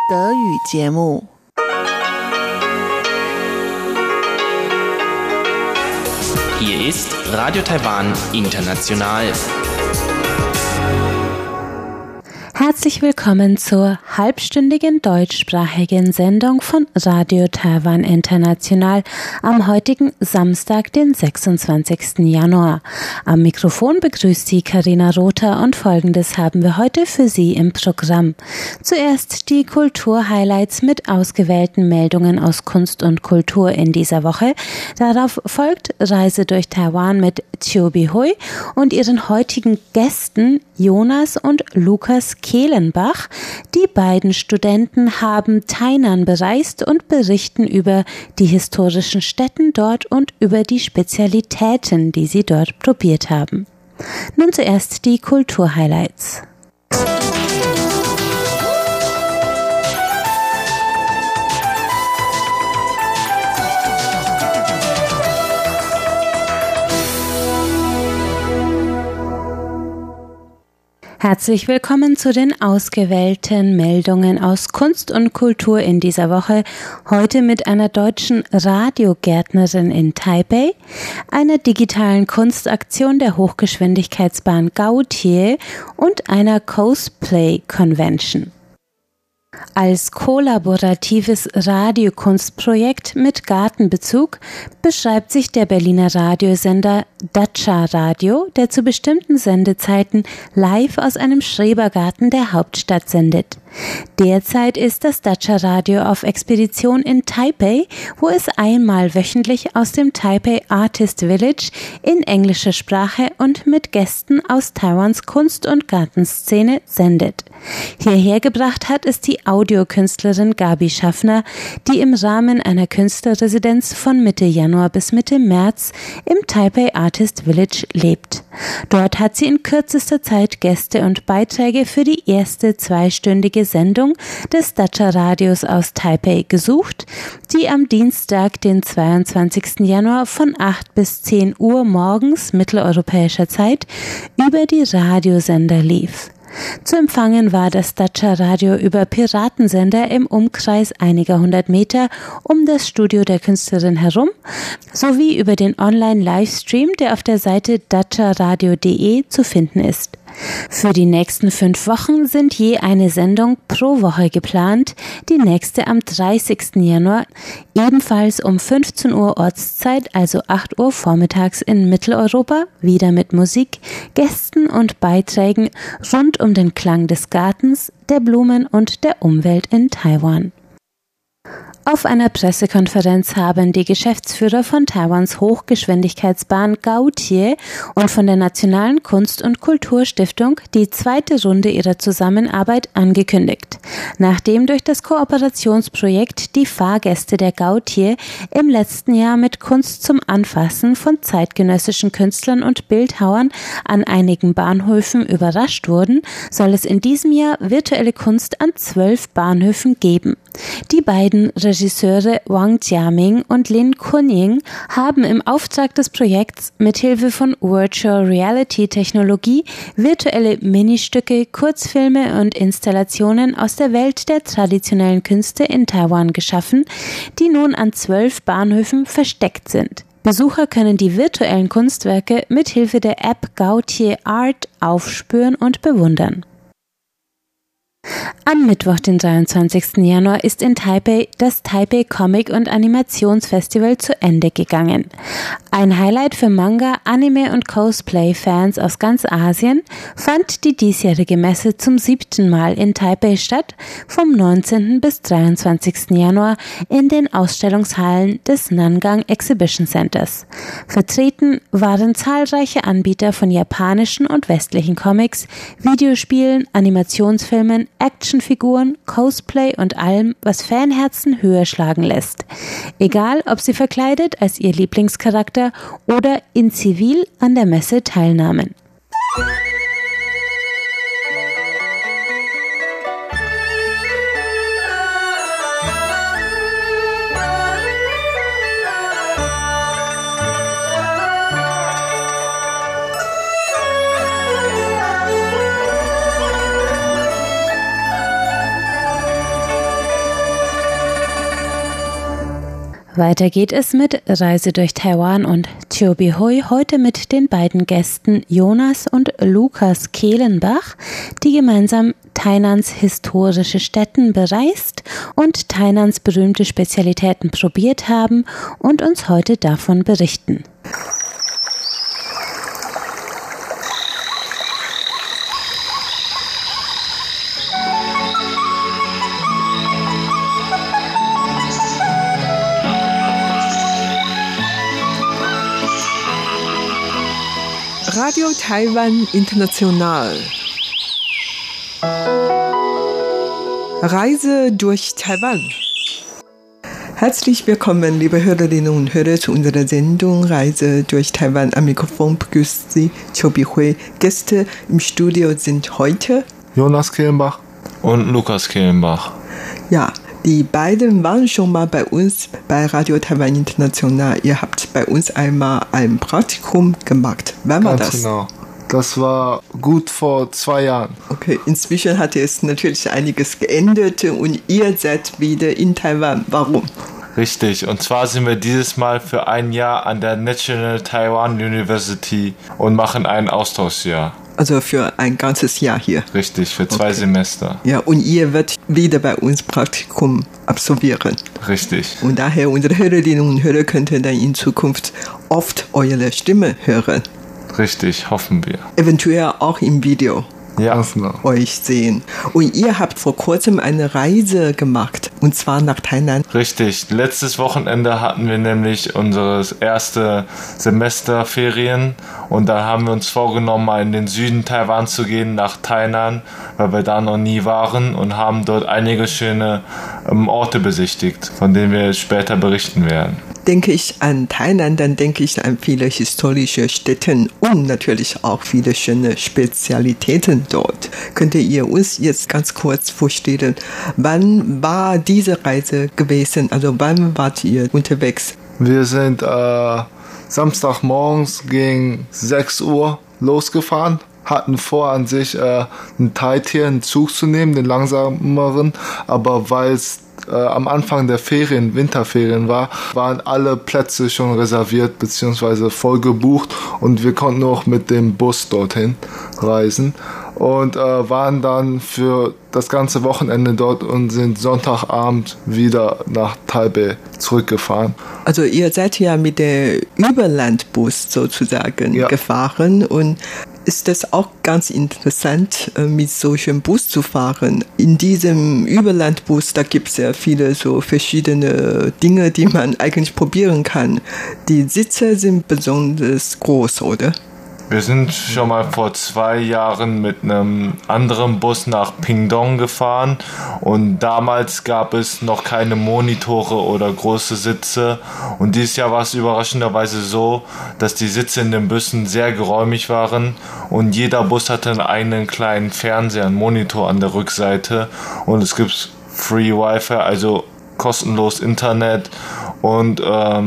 Hier ist Radio Taiwan International. Herzlich willkommen zur halbstündigen deutschsprachigen Sendung von Radio Taiwan International am heutigen Samstag, den 26. Januar. Am Mikrofon begrüßt Sie Carina Rother und Folgendes haben wir heute für Sie im Programm. Zuerst die Kulturhighlights mit ausgewählten Meldungen aus Kunst und Kultur in dieser Woche. Darauf folgt Reise durch Taiwan mit Chobi Hui und ihren heutigen Gästen Jonas und Lukas Kehlenbach. Die beiden Studenten haben Tainan bereist und berichten über die historischen Stätten dort und über die Spezialitäten, die sie dort probiert haben. Nun zuerst die Kulturhighlights. Herzlich willkommen zu den ausgewählten Meldungen aus Kunst und Kultur in dieser Woche. Heute mit einer deutschen Radiogärtnerin in Taipei, einer digitalen Kunstaktion der Hochgeschwindigkeitsbahn Gaotie und einer Cosplay-Convention. Als kollaboratives Radiokunstprojekt mit Gartenbezug beschreibt sich der Berliner Radiosender Dacha Radio, der zu bestimmten Sendezeiten live aus einem Schrebergarten der Hauptstadt sendet. Derzeit ist das Dacha Radio auf Expedition in Taipei, wo es einmal wöchentlich aus dem Taipei Artist Village in englischer Sprache und mit Gästen aus Taiwans Kunst- und Gartenszene sendet. Hierher gebracht hat es die Audiokünstlerin Gabi Schaffner, die im Rahmen einer Künstlerresidenz von Mitte Januar bis Mitte März im Taipei Artist Village lebt. Dort hat sie in kürzester Zeit Gäste und Beiträge für die erste zweistündige Sendung des Dacha Radios aus Taipei gesucht, die am Dienstag, den 22. Januar von 8 bis 10 Uhr morgens mitteleuropäischer Zeit über die Radiosender lief. Zu empfangen war das Dacha Radio über Piratensender im Umkreis einiger 100 Meter um das Studio der Künstlerin herum, sowie über den Online-Livestream, der auf der Seite dacharadio.de zu finden ist. Für die nächsten 5 Wochen sind je eine Sendung pro Woche geplant, die nächste am 30. Januar, ebenfalls um 15 Uhr Ortszeit, also 8 Uhr vormittags in Mitteleuropa, wieder mit Musik, Gästen und Beiträgen rund um den Klang des Gartens, der Blumen und der Umwelt in Taiwan. Auf einer Pressekonferenz haben die Geschäftsführer von Taiwans Hochgeschwindigkeitsbahn Gaotie und von der Nationalen Kunst- und Kulturstiftung die zweite Runde ihrer Zusammenarbeit angekündigt. Nachdem durch das Kooperationsprojekt die Fahrgäste der Gaotie im letzten Jahr mit Kunst zum Anfassen von zeitgenössischen Künstlern und Bildhauern an einigen Bahnhöfen überrascht wurden, soll es in diesem Jahr virtuelle Kunst an 12 Bahnhöfen geben. Die beiden Regisseure Wang Jiaming und Lin Kunying haben im Auftrag des Projekts mithilfe von Virtual Reality Technologie virtuelle Ministücke, Kurzfilme und Installationen aus der Welt der traditionellen Künste in Taiwan geschaffen, die nun an 12 Bahnhöfen versteckt sind. Besucher können die virtuellen Kunstwerke mithilfe der App Gaotie Art aufspüren und bewundern. Am Mittwoch, den 23. Januar, ist in Taipei das Taipei Comic- und Animationsfestival zu Ende gegangen. Ein Highlight für Manga-, Anime- und Cosplay-Fans aus ganz Asien fand die diesjährige Messe zum 7. Mal in Taipei statt, vom 19. bis 23. Januar in den Ausstellungshallen des Nangang Exhibition Centers. Vertreten waren zahlreiche Anbieter von japanischen und westlichen Comics, Videospielen, Animationsfilmen, Actionfiguren, Cosplay und allem, was Fanherzen höher schlagen lässt. Egal, ob sie verkleidet als ihr Lieblingscharakter oder in Zivil an der Messe teilnahmen. Weiter geht es mit Reise durch Taiwan und Chobi Hui, heute mit den beiden Gästen Jonas und Lukas Kehlenbach, die gemeinsam Tainans historische Stätten bereist und Tainans berühmte Spezialitäten probiert haben und uns heute davon berichten. Radio Taiwan International. Reise durch Taiwan. Herzlich willkommen, liebe Hörerinnen und Hörer, zu unserer Sendung Reise durch Taiwan. Am Mikrofon begrüßt Sie Chobi Hui. Gäste im Studio sind heute Jonas Kehlenbach und Lukas Kehlenbach. Ja, die beiden waren schon mal bei uns bei Radio Taiwan International. Ihr habt bei uns einmal ein Praktikum gemacht. Wann war das? Genau. Das war gut vor 2 Jahren. Okay, inzwischen hat es natürlich einiges geändert und ihr seid wieder in Taiwan. Warum? Richtig, und zwar sind wir dieses Mal für 1 Jahr an der National Taiwan University und machen ein Austauschjahr. Also für ein ganzes Jahr hier. Richtig, für 2 Semester. Ja, und ihr werdet wieder bei uns Praktikum absolvieren. Richtig. Und daher unsere Hörerinnen und Hörer könnten dann in Zukunft oft eure Stimme hören. Richtig, hoffen wir. Eventuell auch im Video. Ja, euch sehen. Und ihr habt vor kurzem eine Reise gemacht, und zwar nach Tainan. Richtig. Letztes Wochenende hatten wir nämlich unsere erste Semesterferien und da haben wir uns vorgenommen, mal in den Süden Taiwans zu gehen, nach Tainan, weil wir da noch nie waren und haben dort einige schöne Orte besichtigt, von denen wir später berichten werden. Denke ich an Tainan, dann denke ich an viele historische Städte und natürlich auch viele schöne Spezialitäten dort. Könnt ihr uns jetzt ganz kurz vorstellen, wann war diese Reise gewesen? Also wann wart ihr unterwegs? Wir sind Samstagmorgens gegen 6 Uhr losgefahren. Hatten vor, an sich einen Taitier, einen Zug zu nehmen, den langsameren, aber weil es am Anfang der Ferien, Winterferien waren alle Plätze schon reserviert bzw. voll gebucht und wir konnten auch mit dem Bus dorthin reisen und waren dann für das ganze Wochenende dort und sind Sonntagabend wieder nach Taipei zurückgefahren. Also ihr seid ja mit der Überlandbus sozusagen gefahren und ist das auch ganz interessant, mit solchem Bus zu fahren. In diesem Überlandbus, da gibt es ja viele so verschiedene Dinge, die man eigentlich probieren kann. Die Sitze sind besonders groß, oder? Wir sind schon mal vor 2 Jahren mit einem anderen Bus nach Pingdong gefahren und damals gab es noch keine Monitore oder große Sitze und dieses Jahr war es überraschenderweise so, dass die Sitze in den Bussen sehr geräumig waren und jeder Bus hatte einen eigenen kleinen Fernseher, einen Monitor an der Rückseite und es gibt Free Wi-Fi, also kostenlos Internet und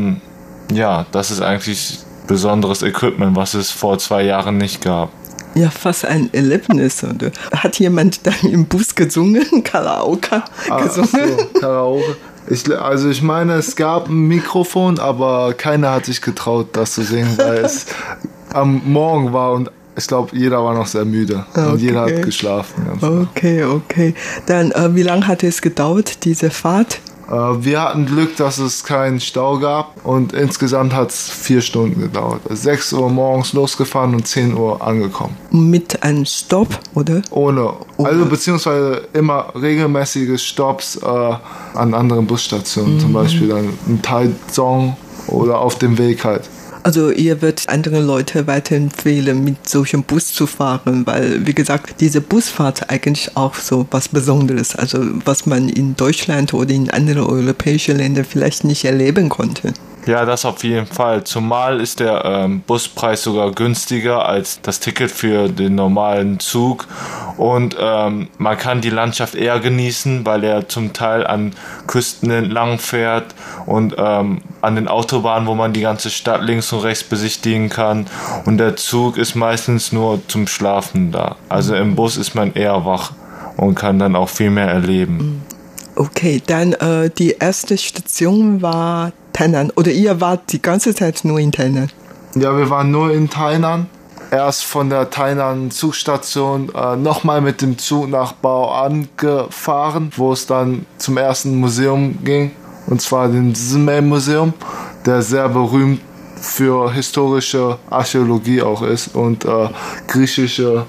das ist eigentlich besonderes Equipment, was es vor 2 Jahren nicht gab. Ja, fast ein Erlebnis. Oder? Hat jemand dann im Bus gesungen? Karaoke gesungen? So, Karaoke. Ich meine, es gab ein Mikrofon, aber keiner hat sich getraut, das zu singen, weil es am Morgen war und ich glaube, jeder war noch sehr müde und jeder hat geschlafen. Okay. Dann, wie lange hat es gedauert, diese Fahrt? Wir hatten Glück, dass es keinen Stau gab und insgesamt hat es 4 Stunden gedauert. 6 Uhr morgens losgefahren und 10 Uhr angekommen. Mit einem Stopp, oder? Ohne. Also beziehungsweise immer regelmäßige Stopps an anderen Busstationen, zum Beispiel dann in Taichung oder auf dem Weg halt. Also ihr würdet anderen Leute weiterempfehlen, mit solchem Bus zu fahren, weil, wie gesagt, diese Busfahrt eigentlich auch so was Besonderes, also was man in Deutschland oder in anderen europäischen Ländern vielleicht nicht erleben konnte. Ja, das auf jeden Fall. Zumal ist der Buspreis sogar günstiger als das Ticket für den normalen Zug. Und man kann die Landschaft eher genießen, weil er zum Teil an Küsten entlang fährt und an den Autobahnen, wo man die ganze Stadt links und rechts besichtigen kann. Und der Zug ist meistens nur zum Schlafen da. Also im Bus ist man eher wach und kann dann auch viel mehr erleben. Okay, dann die erste Station war Tainan. Oder ihr wart die ganze Zeit nur in Tainan? Ja, wir waren nur in Tainan. Erst von der Tainan Zugstation nochmal mit dem Zug nach Bao'an gefahren, wo es dann zum ersten Museum ging. Und zwar dem Zimei-Museum, der sehr berühmt für historische Archäologie auch ist und griechische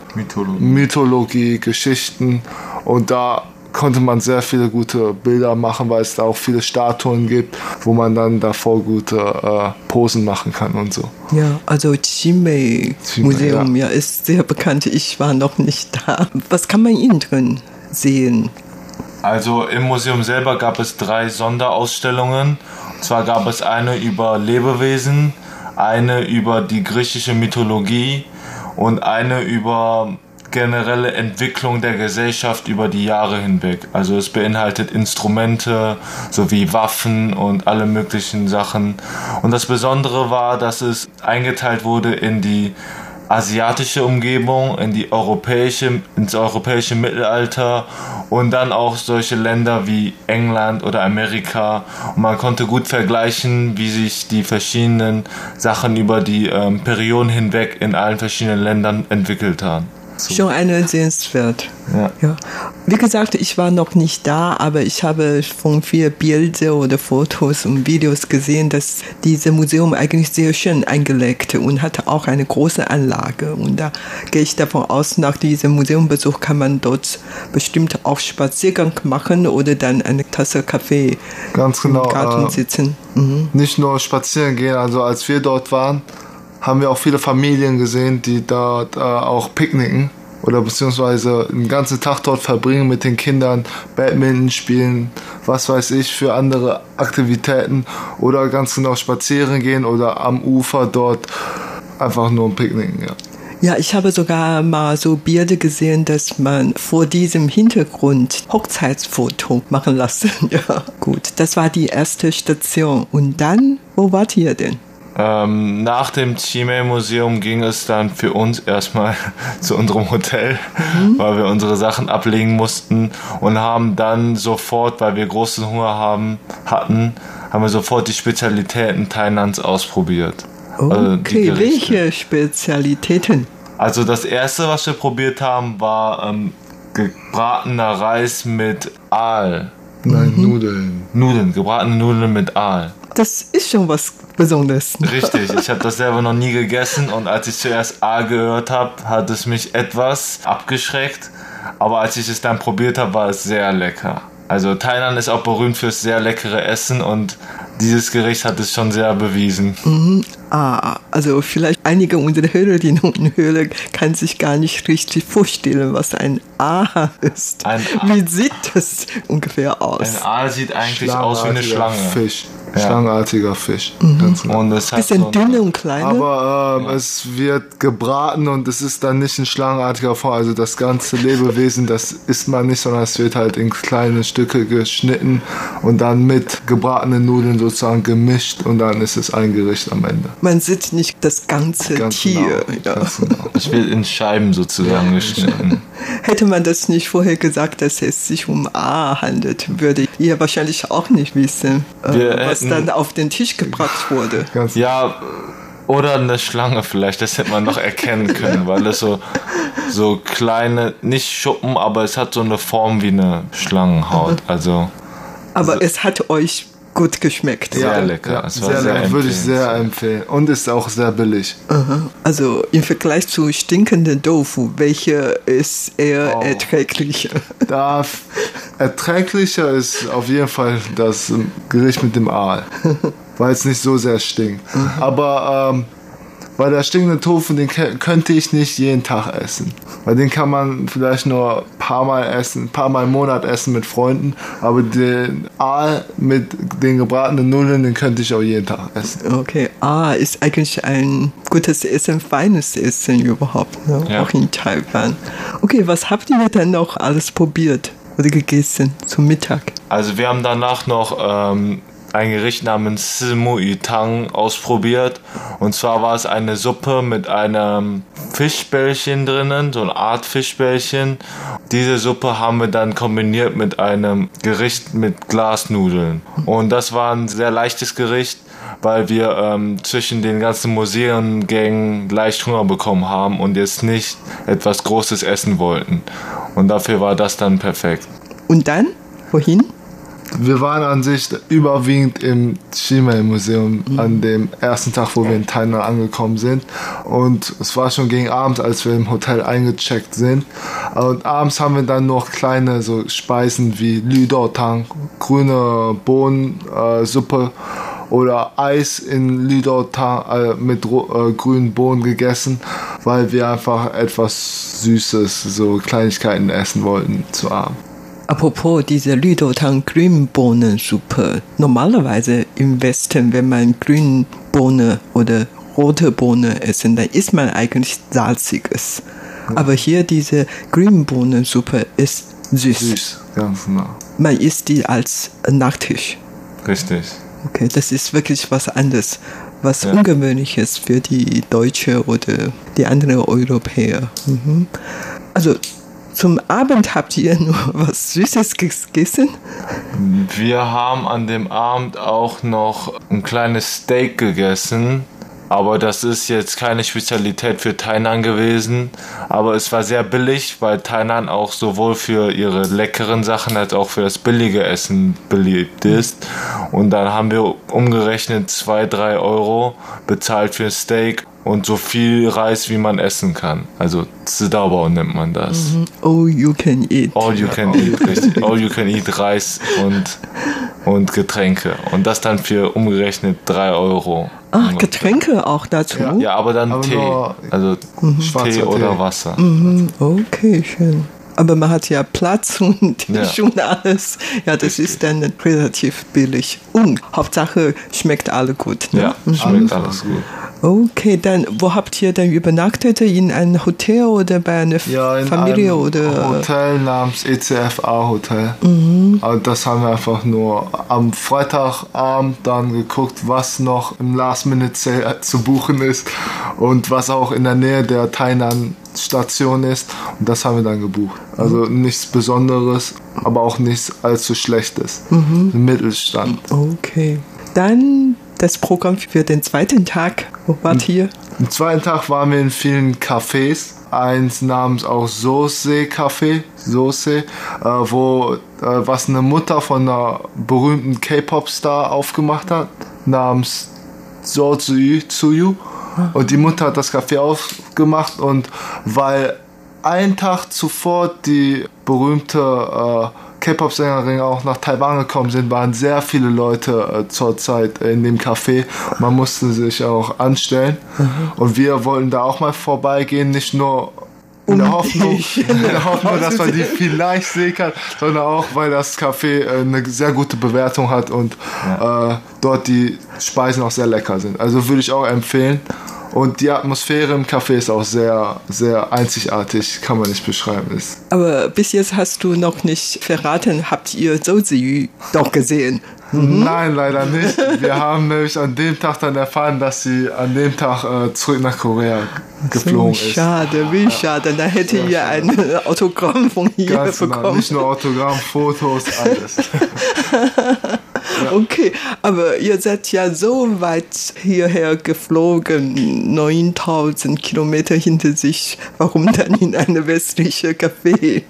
Mythologie, Geschichten. Und da konnte man sehr viele gute Bilder machen, weil es da auch viele Statuen gibt, wo man dann davor gute Posen machen kann und so. Ja, also Zimei Museum ja, ist sehr bekannt. Ich war noch nicht da. Was kann man innen drin sehen? Also im Museum selber gab es 3 Sonderausstellungen. Und zwar gab es eine über Lebewesen, eine über die griechische Mythologie und eine über generelle Entwicklung der Gesellschaft über die Jahre hinweg. Also es beinhaltet Instrumente sowie Waffen und alle möglichen Sachen. Und das Besondere war, dass es eingeteilt wurde in die asiatische Umgebung, ins europäische Mittelalter und dann auch solche Länder wie England oder Amerika. Und man konnte gut vergleichen, wie sich die verschiedenen Sachen über die Perioden hinweg in allen verschiedenen Ländern entwickelt haben. So. Schon eine sehenswert. Ja. Wie gesagt, ich war noch nicht da, aber ich habe von vielen Bildern oder Fotos und Videos gesehen, dass dieses Museum eigentlich sehr schön eingelegt und hatte auch eine große Anlage. Und da gehe ich davon aus, nach diesem Museumbesuch kann man dort bestimmt auch Spaziergang machen oder dann eine Tasse Kaffee im Garten sitzen. Nicht nur spazieren gehen, also als wir dort waren, haben wir auch viele Familien gesehen, die dort auch picknicken oder beziehungsweise den ganzen Tag dort verbringen mit den Kindern, Badminton spielen, was weiß ich, für andere Aktivitäten oder ganz genau spazieren gehen oder am Ufer dort einfach nur picknicken, ja. Ja, ich habe sogar mal so Bilder gesehen, dass man vor diesem Hintergrund Hochzeitsfoto machen lassen. Ja, gut, das war die erste Station. Und dann, wo wart ihr denn? Nach dem Zimei-Museum ging es dann für uns erstmal zu unserem Hotel, weil wir unsere Sachen ablegen mussten und haben dann sofort, weil wir großen Hunger hatten, haben wir sofort die Spezialitäten Thainans ausprobiert. Okay, welche Spezialitäten? Also das erste, was wir probiert haben, war gebratener Reis mit Aal. Nein, Nudeln. Gebratene Nudeln mit Aal. Das ist schon was Besonderes. Richtig, ich habe das selber noch nie gegessen und als ich zuerst Aal gehört habe, hat es mich etwas abgeschreckt, aber als ich es dann probiert habe, war es sehr lecker. Also Thailand ist auch berühmt fürs sehr leckere Essen und dieses Gericht hat es schon sehr bewiesen. Also vielleicht einige unserer Hörerinnen und Hörer kann sich gar nicht richtig vorstellen, was ein Aal ist. Wie sieht das ungefähr aus? Ein Aal sieht eigentlich aus wie eine Schlange. Fisch. Schlangenartiger Fisch. Ganz genau. Und es hat bisschen dünne und kleine. Aber es wird gebraten und es ist dann nicht in schlangenartiger Form. Also das ganze Lebewesen, das isst man nicht, sondern es wird halt in kleine Stücke geschnitten und dann mit gebratenen Nudeln sozusagen gemischt und dann ist es ein Gericht am Ende. Man sieht nicht das ganze Tier. Genau, ja. Ganz genau. Es wird in Scheiben sozusagen geschnitten. Hätte man das nicht vorher gesagt, dass es sich um Aal handelt, würde ihr wahrscheinlich auch nicht wissen, was dann auf den Tisch gebracht wurde. Ja, oder eine Schlange vielleicht, das hätte man noch erkennen können, weil es so kleine, nicht Schuppen, aber es hat so eine Form wie eine Schlangenhaut. Aber es hat euch gut geschmeckt. Sehr lecker. Ja, es war sehr lecker, würde ich sehr empfehlen. Und ist auch sehr billig. Also im Vergleich zu stinkenden Tofu, welche ist eher erträglicher? Erträglicher ist auf jeden Fall das Gericht mit dem Aal, weil es nicht so sehr stinkt. Aber weil der stinkende Tofu, den könnte ich nicht jeden Tag essen. Weil den kann man vielleicht nur ein paar Mal im Monat essen mit Freunden. Aber den Aal mit den gebratenen Nudeln, den könnte ich auch jeden Tag essen. Okay, Aal ist eigentlich ein gutes Essen, feines Essen überhaupt, ne? Ja. Auch in Taiwan. Okay, was habt ihr denn noch alles probiert oder gegessen zum Mittag? Also wir haben danach noch ein Gericht namens Simu Yu Tang ausprobiert. Und zwar war es eine Suppe mit einem Fischbällchen drinnen, so eine Art Fischbällchen. diese Suppe haben wir dann kombiniert mit einem Gericht mit Glasnudeln. Und das war ein sehr leichtes Gericht, weil wir zwischen den ganzen Museumgängen leicht Hunger bekommen haben und jetzt nicht etwas Großes essen wollten. Und dafür war das dann perfekt. Und dann? Wohin? Wir waren an sich überwiegend im Shimei-Museum an dem ersten Tag, wo wir in Tainan angekommen sind. Und es war schon gegen Abend, als wir im Hotel eingecheckt sind. Und abends haben wir dann noch kleine so Speisen wie Lüdotang, grüne Bohnensuppe oder Eis in Lüdotang mit grünen Bohnen gegessen, weil wir einfach etwas Süßes, so Kleinigkeiten essen wollten zu Abend. Apropos diese Lüdotang Grünbohnensuppe. Normalerweise im Westen, wenn man Grünbohne oder rote Bohne essen, dann isst man eigentlich Salziges. Aber hier diese Grünbohnensuppe ist süß. Süß, ganz genau. Man isst die als Nachtisch. Richtig. Okay, das ist wirklich was anderes. Was Ungewöhnliches für die Deutsche oder die anderen Europäer. Mhm. Also zum Abend habt ihr nur was Süßes gegessen? Wir haben an dem Abend auch noch ein kleines Steak gegessen, aber das ist jetzt keine Spezialität für Tainan gewesen, aber es war sehr billig, weil Tainan auch sowohl für ihre leckeren Sachen als auch für das billige Essen beliebt ist. Und dann haben wir umgerechnet 2-3 Euro bezahlt für Steak und so viel Reis, wie man essen kann. Also Zidabao nennt man das. All you can eat. All you can eat, richtig. All you can eat Reis und Getränke. Und das dann für umgerechnet 3 Euro. Ach, Getränke auch dazu? Ja, aber dann aber Tee. Also Tee oder Wasser. Okay, schön. Aber man hat ja Platz und Tisch und alles. Ja, das Richtig. ist dann relativ billig. Und Hauptsache schmeckt alle gut. Ne? Ja, schmeckt alles gut. Okay, dann wo habt ihr dann übernachtet? In einem Hotel oder bei einer Familie? Einem oder? Hotel namens ECFA Hotel. Aber das haben wir einfach nur am Freitagabend dann geguckt, was noch im Last-Minute-Sale zu buchen ist und was auch in der Nähe der Tainan-Station ist. Und das haben wir dann gebucht. Also nichts Besonderes, aber auch nichts allzu Schlechtes. Mittelstand. Okay. Dann das Programm für den zweiten Tag. Wo wart ihr? Am zweiten Tag waren wir in vielen Cafés. Eins namens auch Sose Café, was eine Mutter von einer berühmten K-Pop-Star aufgemacht hat, namens So Tsuyu. Und die Mutter hat das Café aufgemacht und weil einen Tag zuvor die berühmte K-Pop-Sängerin auch nach Taiwan gekommen sind, waren sehr viele Leute zurzeit in dem Café. Man musste sich auch anstellen. Und wir wollten da auch mal vorbeigehen, nicht nur in der Hoffnung, dass man die vielleicht sehen kann, sondern auch, weil das Café eine sehr gute Bewertung hat und dort die Speisen auch sehr lecker sind. Also würde ich auch empfehlen. Und die Atmosphäre im Café ist auch sehr, sehr einzigartig, kann man nicht beschreiben. Aber bis jetzt hast du noch nicht verraten, habt ihr So Ziyu doch gesehen? Nein, leider nicht. Wir haben nämlich an dem Tag dann erfahren, dass sie an dem Tag zurück nach Korea geflogen ist. Schade, wie schade. Da hätte ihr ein Autogramm von ihr Ganz bekommen. genau. Nicht nur Autogramm, Fotos, alles. Okay, aber ihr seid ja so weit hierher geflogen, 9000 Kilometer hinter sich. Warum dann in eine westliche Café?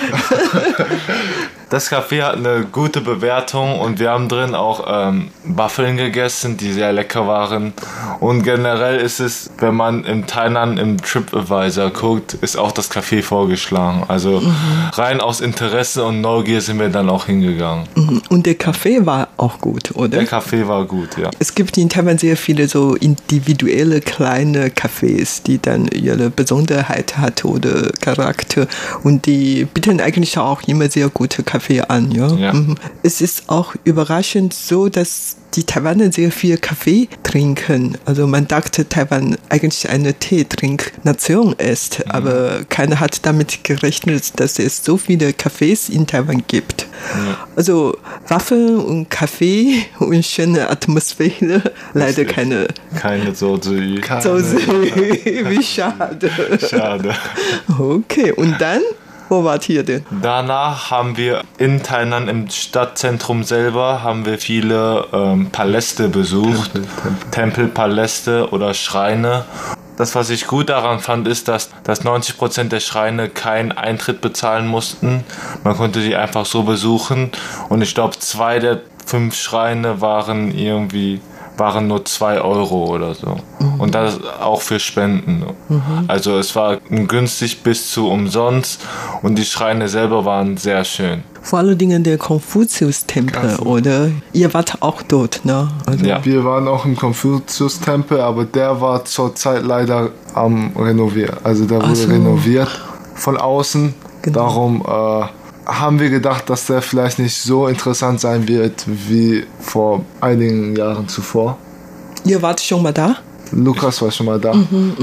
Das Café hat eine gute Bewertung und wir haben drin auch Waffeln gegessen, die sehr lecker waren. Und generell ist es, wenn man im Tainan im TripAdvisor guckt, ist auch das Café vorgeschlagen. Also rein aus Interesse und Neugier sind wir dann auch hingegangen. Und der Kaffee war auch gut, oder? Der Kaffee war gut, ja. Es gibt in Taiwan sehr viele so individuelle kleine Cafés, die dann ihre Besonderheit hat oder Charakter und die bieten eigentlich auch immer sehr gute Kaffee an. Ja? Ja. Es ist auch überraschend so, dass die Taiwaner sehr viel Kaffee trinken. Also man dachte, Taiwan eigentlich eine Teetrinknation ist, aber keiner hat damit gerechnet, dass es so viele Cafés in Taiwan gibt. Ja. Also Waffeln und Kaffee und schöne Atmosphäre, leider keine Sozi. Wie schade. Schade. Okay, und dann? Wo wart ihr denn? Danach haben wir in Tainan im Stadtzentrum selber haben wir viele Paläste besucht, Tempelpaläste oder Schreine. Das, was ich gut daran fand, ist, dass 90% der Schreine keinen Eintritt bezahlen mussten. Man konnte die einfach so besuchen. Und ich glaube, 2 der 5 Schreine waren nur 2 Euro oder so. Mhm. Und das auch für Spenden. Mhm. Also es war günstig bis zu umsonst und die Schreine selber waren sehr schön. Vor allen Dingen der Konfuzius-Tempel, oder? Ihr wart auch dort, ne? Also ja. Wir waren auch im Konfuzius-Tempel, aber der war zurzeit leider am Renovieren. Also der wurde renoviert von außen. Genau. Darum haben wir gedacht, dass der vielleicht nicht so interessant sein wird wie vor einigen Jahren zuvor. Ihr wart schon mal da? Lukas war schon mal da.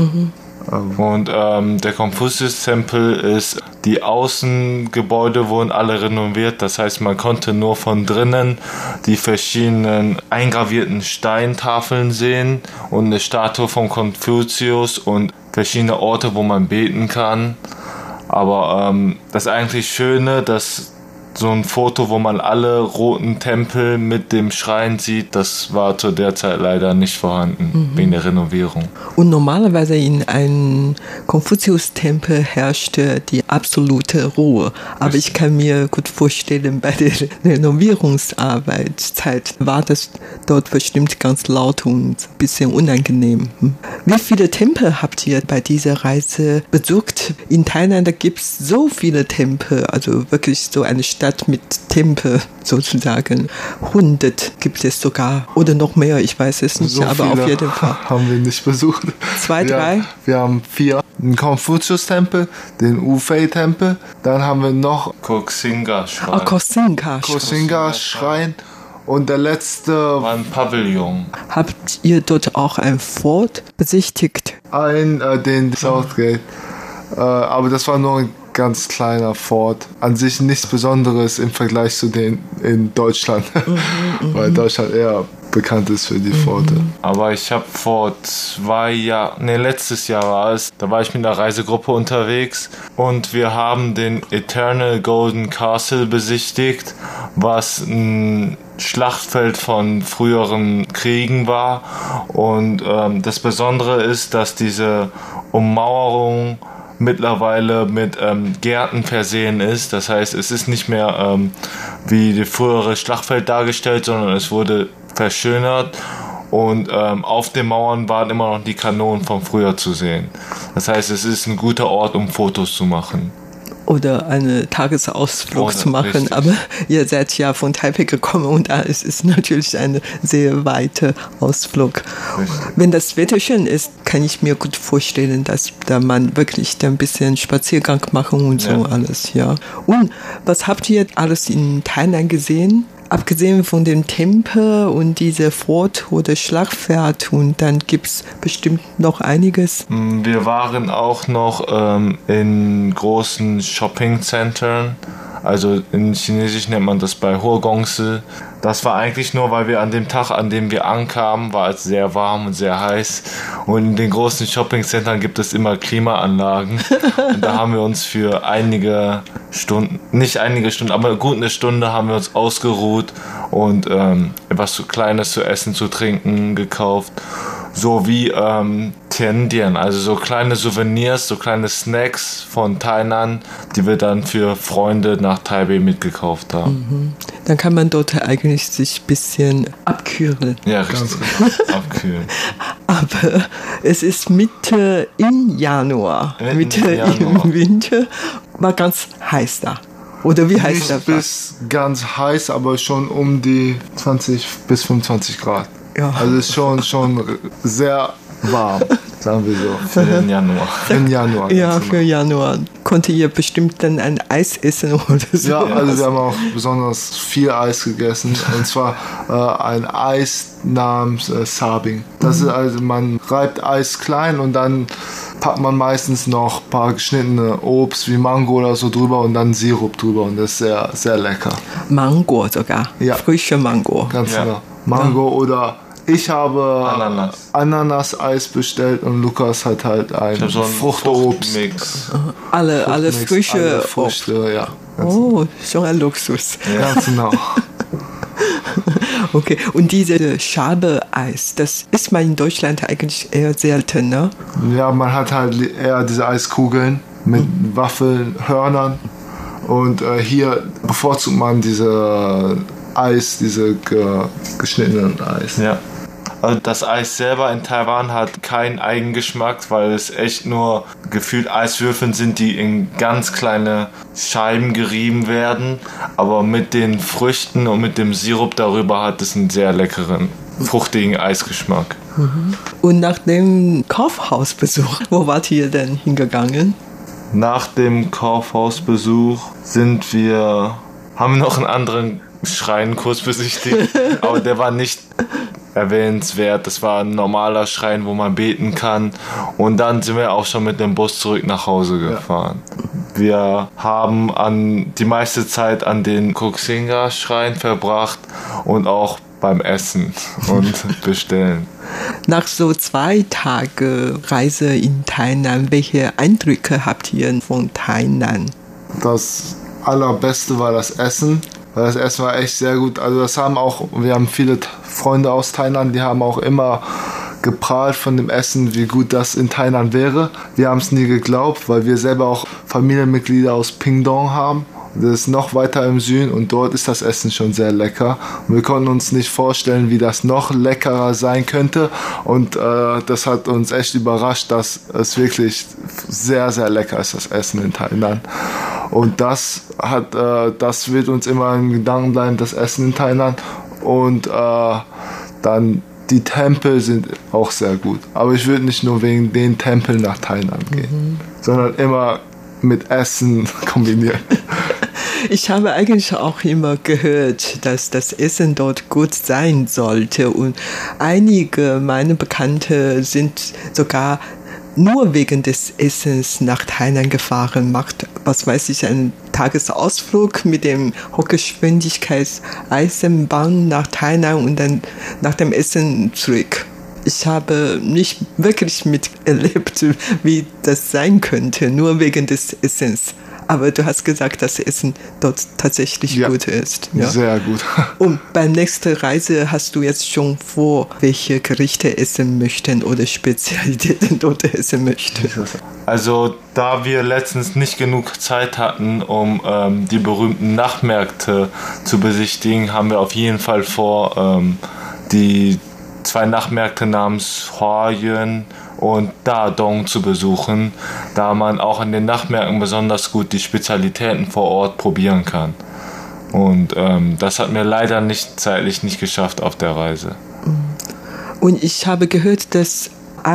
Und der Konfuzius-Tempel ist, die Außengebäude wurden alle renoviert. Das heißt, man konnte nur von drinnen die verschiedenen eingravierten Steintafeln sehen und eine Statue von Konfuzius und verschiedene Orte, wo man beten kann. Aber das eigentlich Schöne, dass so ein Foto, wo man alle roten Tempel mit dem Schrein sieht, das war zu der Zeit leider nicht vorhanden, wegen der Renovierung. Und normalerweise in einem Konfuzius-Tempel herrschte die absolute Ruhe. Aber ich kann mir gut vorstellen, bei der Renovierungsarbeitszeit war das dort bestimmt ganz laut und ein bisschen unangenehm. Wie viele Tempel habt ihr bei dieser Reise besucht? In Thailand gibt es so viele Tempel, also wirklich so eine Stadt mit Tempel sozusagen. 100 gibt es sogar oder noch mehr, ich weiß es nicht, so aber auf jeden Fall. Haben wir nicht besucht. 2, 3? Wir haben 4. Den Konfuzius-Tempel, den Ufei-Tempel, dann haben wir noch Koxinga-Schrein. Koxinga-Schrein. Und der letzte war ein Pavillon. Habt ihr dort auch ein Fort besichtigt? Den Southgate. Aber das war nur ein ganz kleiner Fort. An sich nichts Besonderes im Vergleich zu den in Deutschland. Weil Deutschland eher bekannt ist für die Forte. Aber ich habe letztes Jahr war es, da war ich mit einer Reisegruppe unterwegs und wir haben den Eternal Golden Castle besichtigt, was ein Schlachtfeld von früheren Kriegen war. Und das Besondere ist, dass diese Ummauerung mittlerweile mit Gärten versehen ist. Das heißt, es ist nicht mehr wie das frühere Schlachtfeld dargestellt, sondern es wurde verschönert und auf den Mauern waren immer noch die Kanonen von früher zu sehen. Das heißt, es ist ein guter Ort, um Fotos zu machen. Oder einen Tagesausflug zu machen. Richtig. Aber ihr seid ja von Taipei gekommen und da ist es natürlich ein sehr weiter Ausflug. Richtig. Wenn das Wetter schön ist, kann ich mir gut vorstellen, dass da man wirklich ein bisschen Spaziergang machen und so alles. Ja. Und was habt ihr alles in Thailand gesehen? Abgesehen von dem Tempel und dieser Fort oder Schlachtfeld und dann gibt es bestimmt noch einiges. Wir waren auch noch in großen Shopping-Centern, also in Chinesisch nennt man das bei Huogongsi. Das war eigentlich nur, weil wir an dem Tag, an dem wir ankamen, war es sehr warm und sehr heiß. Und in den großen Shopping-Centern gibt es immer Klimaanlagen. Und da haben wir uns für aber gut eine Stunde haben wir uns ausgeruht und etwas Kleines zu essen, zu trinken gekauft. So wie Tiandian, also so kleine Souvenirs, so kleine Snacks von Tainan, die wir dann für Freunde nach Taipei mitgekauft haben. Dann kann man dort eigentlich sich ein bisschen abkühlen. Ja, richtig, abkühlen. Aber es ist Mitte im Januar, Mitte im Winter, war ganz heiß da. Oder wie heißt das? Nicht bis ganz heiß, aber schon um die 20 bis 25 Grad. Ja. Also es ist schon sehr warm, sagen wir so. Für den Januar. Für den Januar. Ja, für Januar. Konnte ihr bestimmt dann ein Eis essen oder so? Ja, also wir haben auch besonders viel Eis gegessen. Und zwar ein Eis namens Sabing. Das ist also, man reibt Eis klein und dann packt man meistens noch ein paar geschnittene Obst wie Mango oder so drüber und dann Sirup drüber und das ist sehr, sehr lecker. Mango sogar? Ja. Frische Mango? Ganz genau. Mango oder Ich habe Ananas-Eis bestellt und Lukas hat halt ein Fruchtobst-Mix. Alle frische Früchte, ja. Oh, schon ein Luxus. Ja. Ganz genau. Okay, und diese Schabe-Eis, das isst man in Deutschland eigentlich eher selten, ne? Ja, man hat halt eher diese Eiskugeln mit Waffelhörnern und hier bevorzugt man diese geschnittenen Eis. Ja. Also das Eis selber in Taiwan hat keinen Eigengeschmack, weil es echt nur gefühlt Eiswürfeln sind, die in ganz kleine Scheiben gerieben werden. Aber mit den Früchten und mit dem Sirup darüber hat es einen sehr leckeren, fruchtigen Eisgeschmack. Und nach dem Kaufhausbesuch, wo wart ihr denn hingegangen? Nach dem Kaufhausbesuch haben wir noch einen anderen Schrein kurz besichtigt, aber der war nicht erwähnenswert. Das war ein normaler Schrein, wo man beten kann. Und dann sind wir auch schon mit dem Bus zurück nach Hause gefahren. Ja. Wir haben die meiste Zeit an den Koxinga-Schrein verbracht und auch beim Essen und Bestellen. Nach so 2 Tage Reise in Tainan, welche Eindrücke habt ihr von Tainan? Das Allerbeste war das Essen. Weil das Essen war echt sehr gut. Also wir haben viele Freunde aus Thailand, die haben auch immer geprahlt von dem Essen, wie gut das in Thailand wäre. Wir haben es nie geglaubt, weil wir selber auch Familienmitglieder aus Pingdong haben. Das ist noch weiter im Süden und dort ist das Essen schon sehr lecker. Und wir konnten uns nicht vorstellen, wie das noch leckerer sein könnte. Und das hat uns echt überrascht, dass es wirklich sehr, sehr lecker ist, das Essen in Thailand. Und das wird uns immer im Gedanken bleiben, das Essen in Thailand. Und dann die Tempel sind auch sehr gut. Aber ich würde nicht nur wegen den Tempeln nach Thailand gehen, sondern immer mit Essen kombinieren. Ich habe eigentlich auch immer gehört, dass das Essen dort gut sein sollte. Und einige meiner Bekannte sind sogar nur wegen des Essens nach Thailand gefahren, macht, was weiß ich, einen Tagesausflug mit dem Hochgeschwindigkeits-Eisenbahn nach Thailand und dann nach dem Essen zurück. Ich habe nicht wirklich miterlebt, wie das sein könnte, nur wegen des Essens. Aber du hast gesagt, dass Essen dort tatsächlich gut ist. Ja? Sehr gut. Und beim nächsten Reise hast du jetzt schon vor, welche Gerichte essen möchten oder Spezialitäten dort essen möchten? Also da wir letztens nicht genug Zeit hatten, um die berühmten Nachtmärkte zu besichtigen, haben wir auf jeden Fall vor, die 2 Nachtmärkte namens Huayuan und Dadong zu besuchen, da man auch in den Nachtmärkten besonders gut die Spezialitäten vor Ort probieren kann. Und das hat mir leider zeitlich nicht geschafft auf der Reise. Und ich habe gehört, dass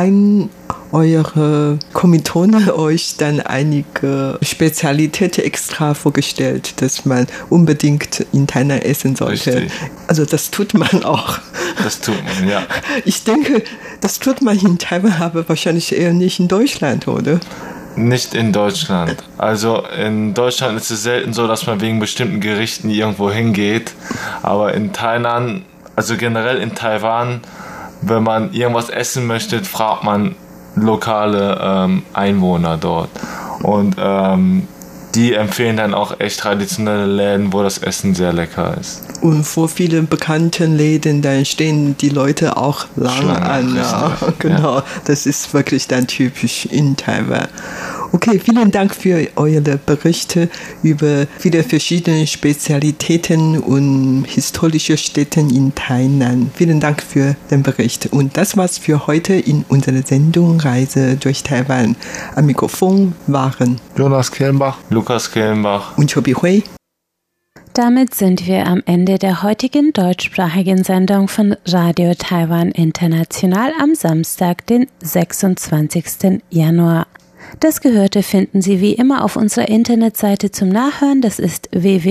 eure Kommilitonen euch dann einige Spezialitäten extra vorgestellt, dass man unbedingt in Thailand essen sollte. Richtig. Also das tut man auch. Das tut man, ja. Ich denke, das tut man in Taiwan, aber wahrscheinlich eher nicht in Deutschland, oder? Nicht in Deutschland. Also in Deutschland ist es selten so, dass man wegen bestimmten Gerichten irgendwo hingeht. Aber in Thailand, also generell in Taiwan, wenn man irgendwas essen möchte, fragt man lokale Einwohner dort. Und die empfehlen dann auch echt traditionelle Läden, wo das Essen sehr lecker ist. Und vor vielen bekannten Läden, dann stehen die Leute auch lange an. Ja, genau, ja. Das ist wirklich dann typisch in Taiwan. Okay, vielen Dank für eure Berichte über viele verschiedene Spezialitäten und historische Städte in Tainan. Vielen Dank für den Bericht. Und das war's für heute in unserer Sendung Reise durch Taiwan. Am Mikrofon waren Jonas Kellenbach, Lukas Kellenbach und Chobi Hui. Damit sind wir am Ende der heutigen deutschsprachigen Sendung von Radio Taiwan International am Samstag, den 26. Januar. Das Gehörte finden Sie wie immer auf unserer Internetseite zum Nachhören. Das ist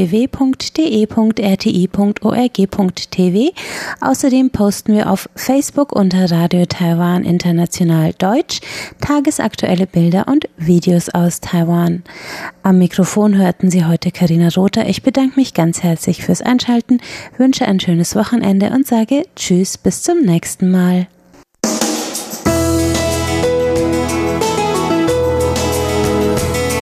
www.de.rti.org.tv. Außerdem posten wir auf Facebook unter Radio Taiwan International Deutsch tagesaktuelle Bilder und Videos aus Taiwan. Am Mikrofon hörten Sie heute Carina Rother. Ich bedanke mich ganz herzlich fürs Einschalten, wünsche ein schönes Wochenende und sage Tschüss, bis zum nächsten Mal.